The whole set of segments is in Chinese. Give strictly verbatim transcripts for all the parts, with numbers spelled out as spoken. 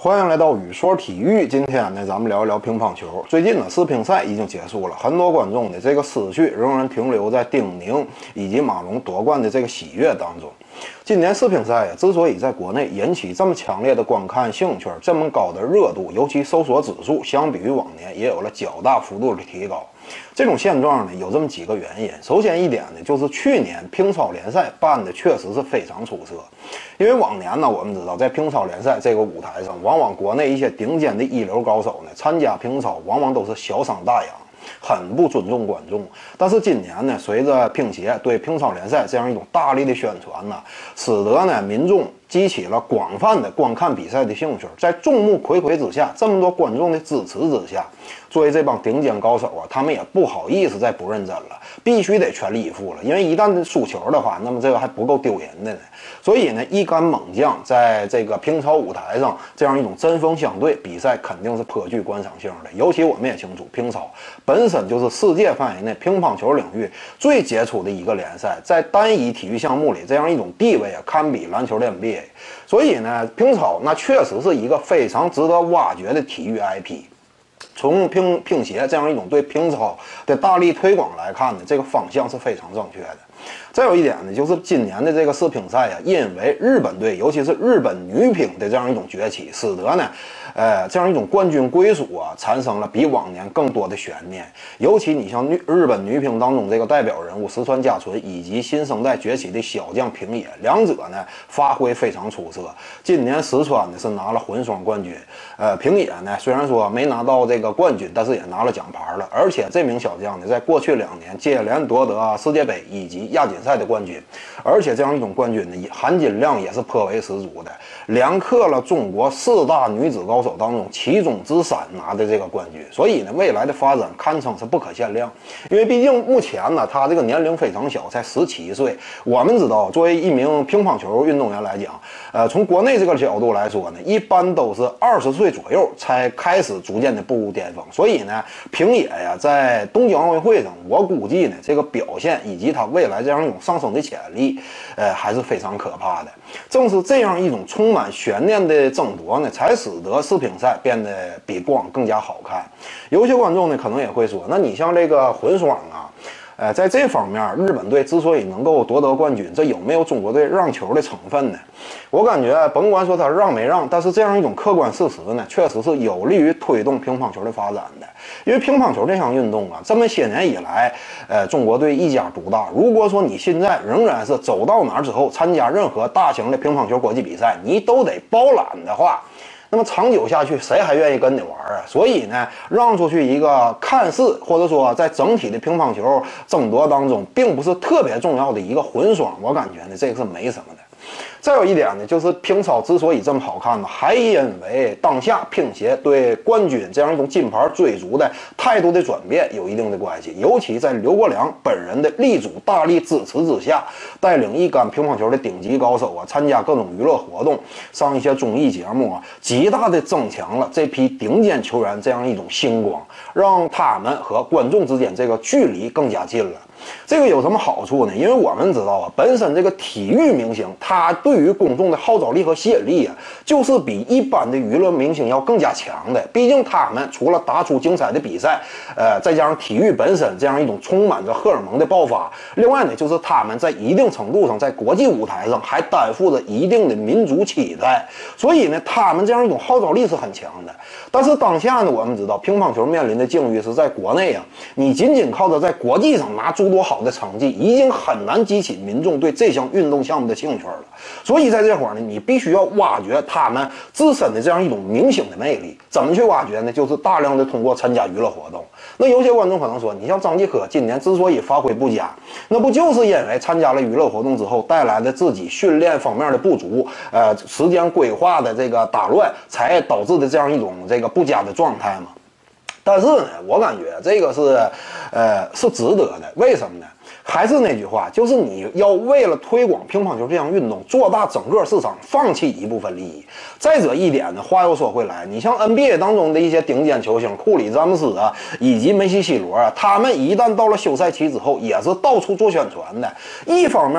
欢迎来到雨说体育。今天呢，咱们聊一聊乒乓球。最近呢，世乒赛已经结束了，很多观众的这个思绪仍然停留在丁宁以及马龙夺冠的这个喜悦当中。今年世乒赛呀，之所以在国内引起这么强烈的观看兴趣，这么高的热度，尤其搜索指数相比于往年也有了较大幅度的提高。这种现状呢，有这么几个原因。首先一点呢，就是去年乒超联赛办的确实是非常出色。因为往年呢，我们知道在乒超联赛这个舞台上，往往国内一些顶尖的一流高手呢，参加乒超往往都是小伤大养，很不尊重观众。但是今年呢，随着乒协对乒超联赛这样一种大力的宣传呢，使得呢民众激起了广泛的观看比赛的兴趣。在众目睽睽之下，这么多观众的支持之下，作为这帮顶尖高手啊，他们也不好意思再不认真了，必须得全力以赴了。因为一旦输球的话，那么这个还不够丢人的呢。所以呢，一杆猛将在这个乒超舞台上这样一种针锋相对，比赛肯定是颇具观赏性的。尤其我们也清楚，乒超本身就是世界范围内乒乓球领域最杰出的一个联赛，在单一体育项目里这样一种地位啊，堪比篮球的 N B A。所以呢，乒超那确实是一个非常值得挖掘的体育 I P。从乒乒协这样一种对乒超的大力推广来看呢，这个方向是非常正确的。再有一点呢，就是今年的这个世乒赛呀，因为日本队，尤其是日本女乒的这样一种崛起，使得呢，呃，这样一种冠军归属啊，产生了比往年更多的悬念。尤其你像女日本女乒当中这个代表人物石川佳纯，以及新生代崛起的小将平野，两者呢发挥非常出色。今年石川呢是拿了混双冠军，呃，平野呢虽然说没拿到这个冠军，但是也拿了奖牌了。而且这名小将呢，在过去两年接连夺得世界杯以及亚锦赛的冠军，而且这样一种冠军呢，含金量也是颇为十足的，连克了中国四大女子高手当中其中之三拿的这个冠军。所以呢，未来的发展堪称是不可限量。因为毕竟目前呢，他这个年龄非常小，才十七岁。我们知道，作为一名乒乓球运动员来讲，呃，从国内这个角度来说呢，一般都是二十岁左右才开始逐渐的步入巅峰。所以呢，平野呀，在东京奥运会上，我估计呢，这个表现以及他未来这样一种上升的潜力，呃，还是非常可怕的。正是这样一种充满悬念的争夺呢，才使得世乒赛变得比过往更加好看。有些观众呢，可能也会说，那你像这个混双啊，呃，在这方面，日本队之所以能够夺得冠军，这有没有中国队让球的成分呢？我感觉，甭管说他让没让，但是这样一种客观事实呢，确实是有利于推动乒乓球的发展的。因为乒乓球这项运动啊，这么些年以来，呃，中国队一家独大。如果说你现在仍然是走到哪儿之后，参加任何大型的乒乓球国际比赛，你都得包揽的话，那么长久下去，谁还愿意跟你玩啊？所以呢，让出去一个看似或者说在整体的乒乓球争夺当中，并不是特别重要的一个混双，我感觉呢，这个是没什么的。再有一点呢，就是乒超之所以这么好看呢，还因为当下乒协对冠军这样一种金牌追逐的态度的转变有一定的关系。尤其在刘国梁本人的力主大力支持之下，带领一杆乒乓球的顶级高手啊，参加各种娱乐活动，上一些综艺节目啊，极大的增强了这批顶尖球员这样一种星光，让他们和观众之间这个距离更加近了。这个有什么好处呢？因为我们知道啊，本身这个体育明星，他对于公众的号召力和吸引力啊，就是比一般的娱乐明星要更加强的。毕竟他们除了打出精彩的比赛，呃，再加上体育本身这样一种充满着荷尔蒙的爆发，另外呢，就是他们在一定程度上在国际舞台上还担负着一定的民族期待，所以呢，他们这样一种号召力是很强的。但是当下呢，我们知道乒乓球面临的境遇是在国内啊，你仅仅靠着在国际上拿诸多好的成绩，已经很难激起民众对这项运动项目的兴趣了。所以在这会儿呢，你必须要挖掘他们自身的这样一种明星的魅力。怎么去挖掘呢？就是大量的通过参加娱乐活动。那有些观众可能说，你像张继科今年之所以发挥不佳，那不就是因为参加了娱乐活动之后带来的自己训练方面的不足，呃，时间规划的这个打乱，才导致的这样一种这个不佳的状态吗？但是呢，我感觉这个是，呃，是值得的。为什么呢？还是那句话，就是你要为了推广乒乓球这项运动，做大整个市场，放弃一部分利益。再者一点呢，话又说回来，你像 N B A 当中的一些顶尖球星，库里、詹姆斯啊，以及梅西、C 罗啊，他们一旦到了休赛期之后，也是到处做宣传的。一方面是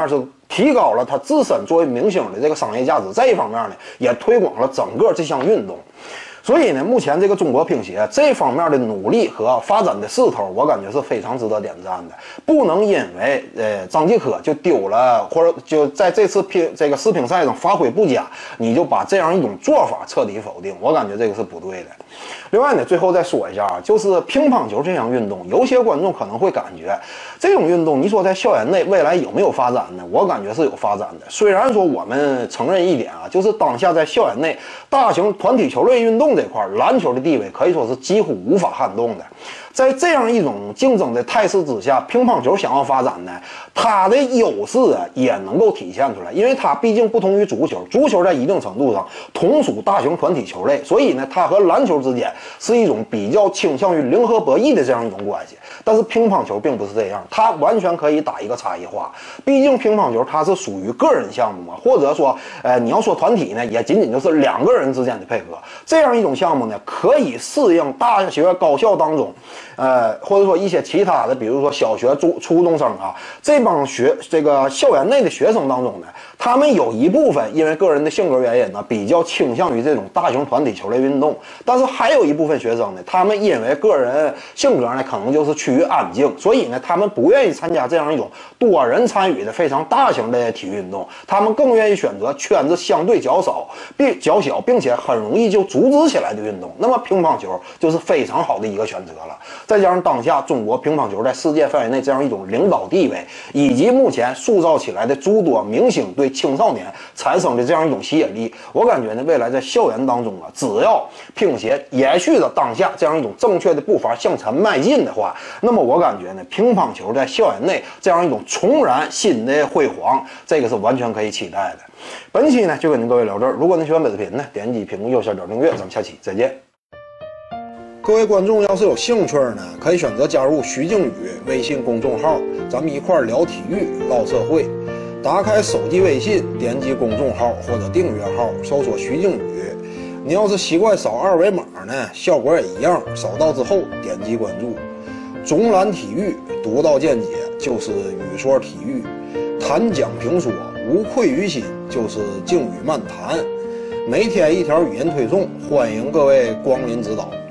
提高了他自身作为明星的这个商业价值，这一方面呢，也推广了整个这项运动。所以呢，目前这个中国乒协这方面的努力和发展的势头，我感觉是非常值得点赞的。不能因为呃张继科就丢了，或者就在这次乒这个世乒赛上发挥不佳，你就把这样一种做法彻底否定，我感觉这个是不对的。另外呢，最后再说一下啊，就是乒乓球这项运动，有些观众可能会感觉这种运动，你说在校园内未来有没有发展呢？我感觉是有发展的。虽然说我们承认一点啊，就是当下在校园内大型团体球类运动这块，篮球的地位可以说是几乎无法撼动的。在这样一种竞争的态势之下，乒乓球想要发展呢，它的优势啊也能够体现出来，因为它毕竟不同于足球，足球在一定程度上同属大型团体球类，所以呢，它和篮球之间是一种比较倾向于零和博弈的这样一种关系。但是乒乓球并不是这样，它完全可以打一个差异化。毕竟乒乓球它是属于个人项目嘛，或者说，呃，你要说团体呢，也仅仅就是两个人之间的配合。这样一种项目呢，可以适应大学高校当中。呃，或者说一些其他的，比如说小学、初初中生啊，这帮学这个校园内的学生当中呢，他们有一部分因为个人的性格原因呢，比较倾向于这种大型团体球类运动，但是还有一部分学生呢，他们因为个人性格呢，可能就是趋于安静，所以呢，他们不愿意参加这样一种多人参与的非常大型的体育运动，他们更愿意选择圈子相对较少、并较小，并且很容易就组织起来的运动。那么乒乓球就是非常好的一个选择了。再加上当下中国乒乓球在世界范围内这样一种领导地位，以及目前塑造起来的诸多明星对青少年产生的这样一种吸引力，我感觉呢，未来在校园当中啊，只要乒协延续着当下这样一种正确的步伐向前迈进的话，那么我感觉呢，乒乓球在校园内这样一种重燃新的辉煌，这个是完全可以期待的。本期呢就跟您各位聊这儿，如果您喜欢本视频呢，点击屏幕右下角订阅，咱们下期再见。各位观众要是有兴趣呢，可以选择加入徐静宇微信公众号，咱们一块聊体育、唠社会。打开手机微信，点击公众号或者订阅号，搜索徐静宇。你要是习惯扫二维码呢，效果也一样，扫到之后点击关注。总览体育，独到见解就是语说体育，谈讲评说无愧于心就是静语漫谈。每天一条语音推送，欢迎各位光临指导。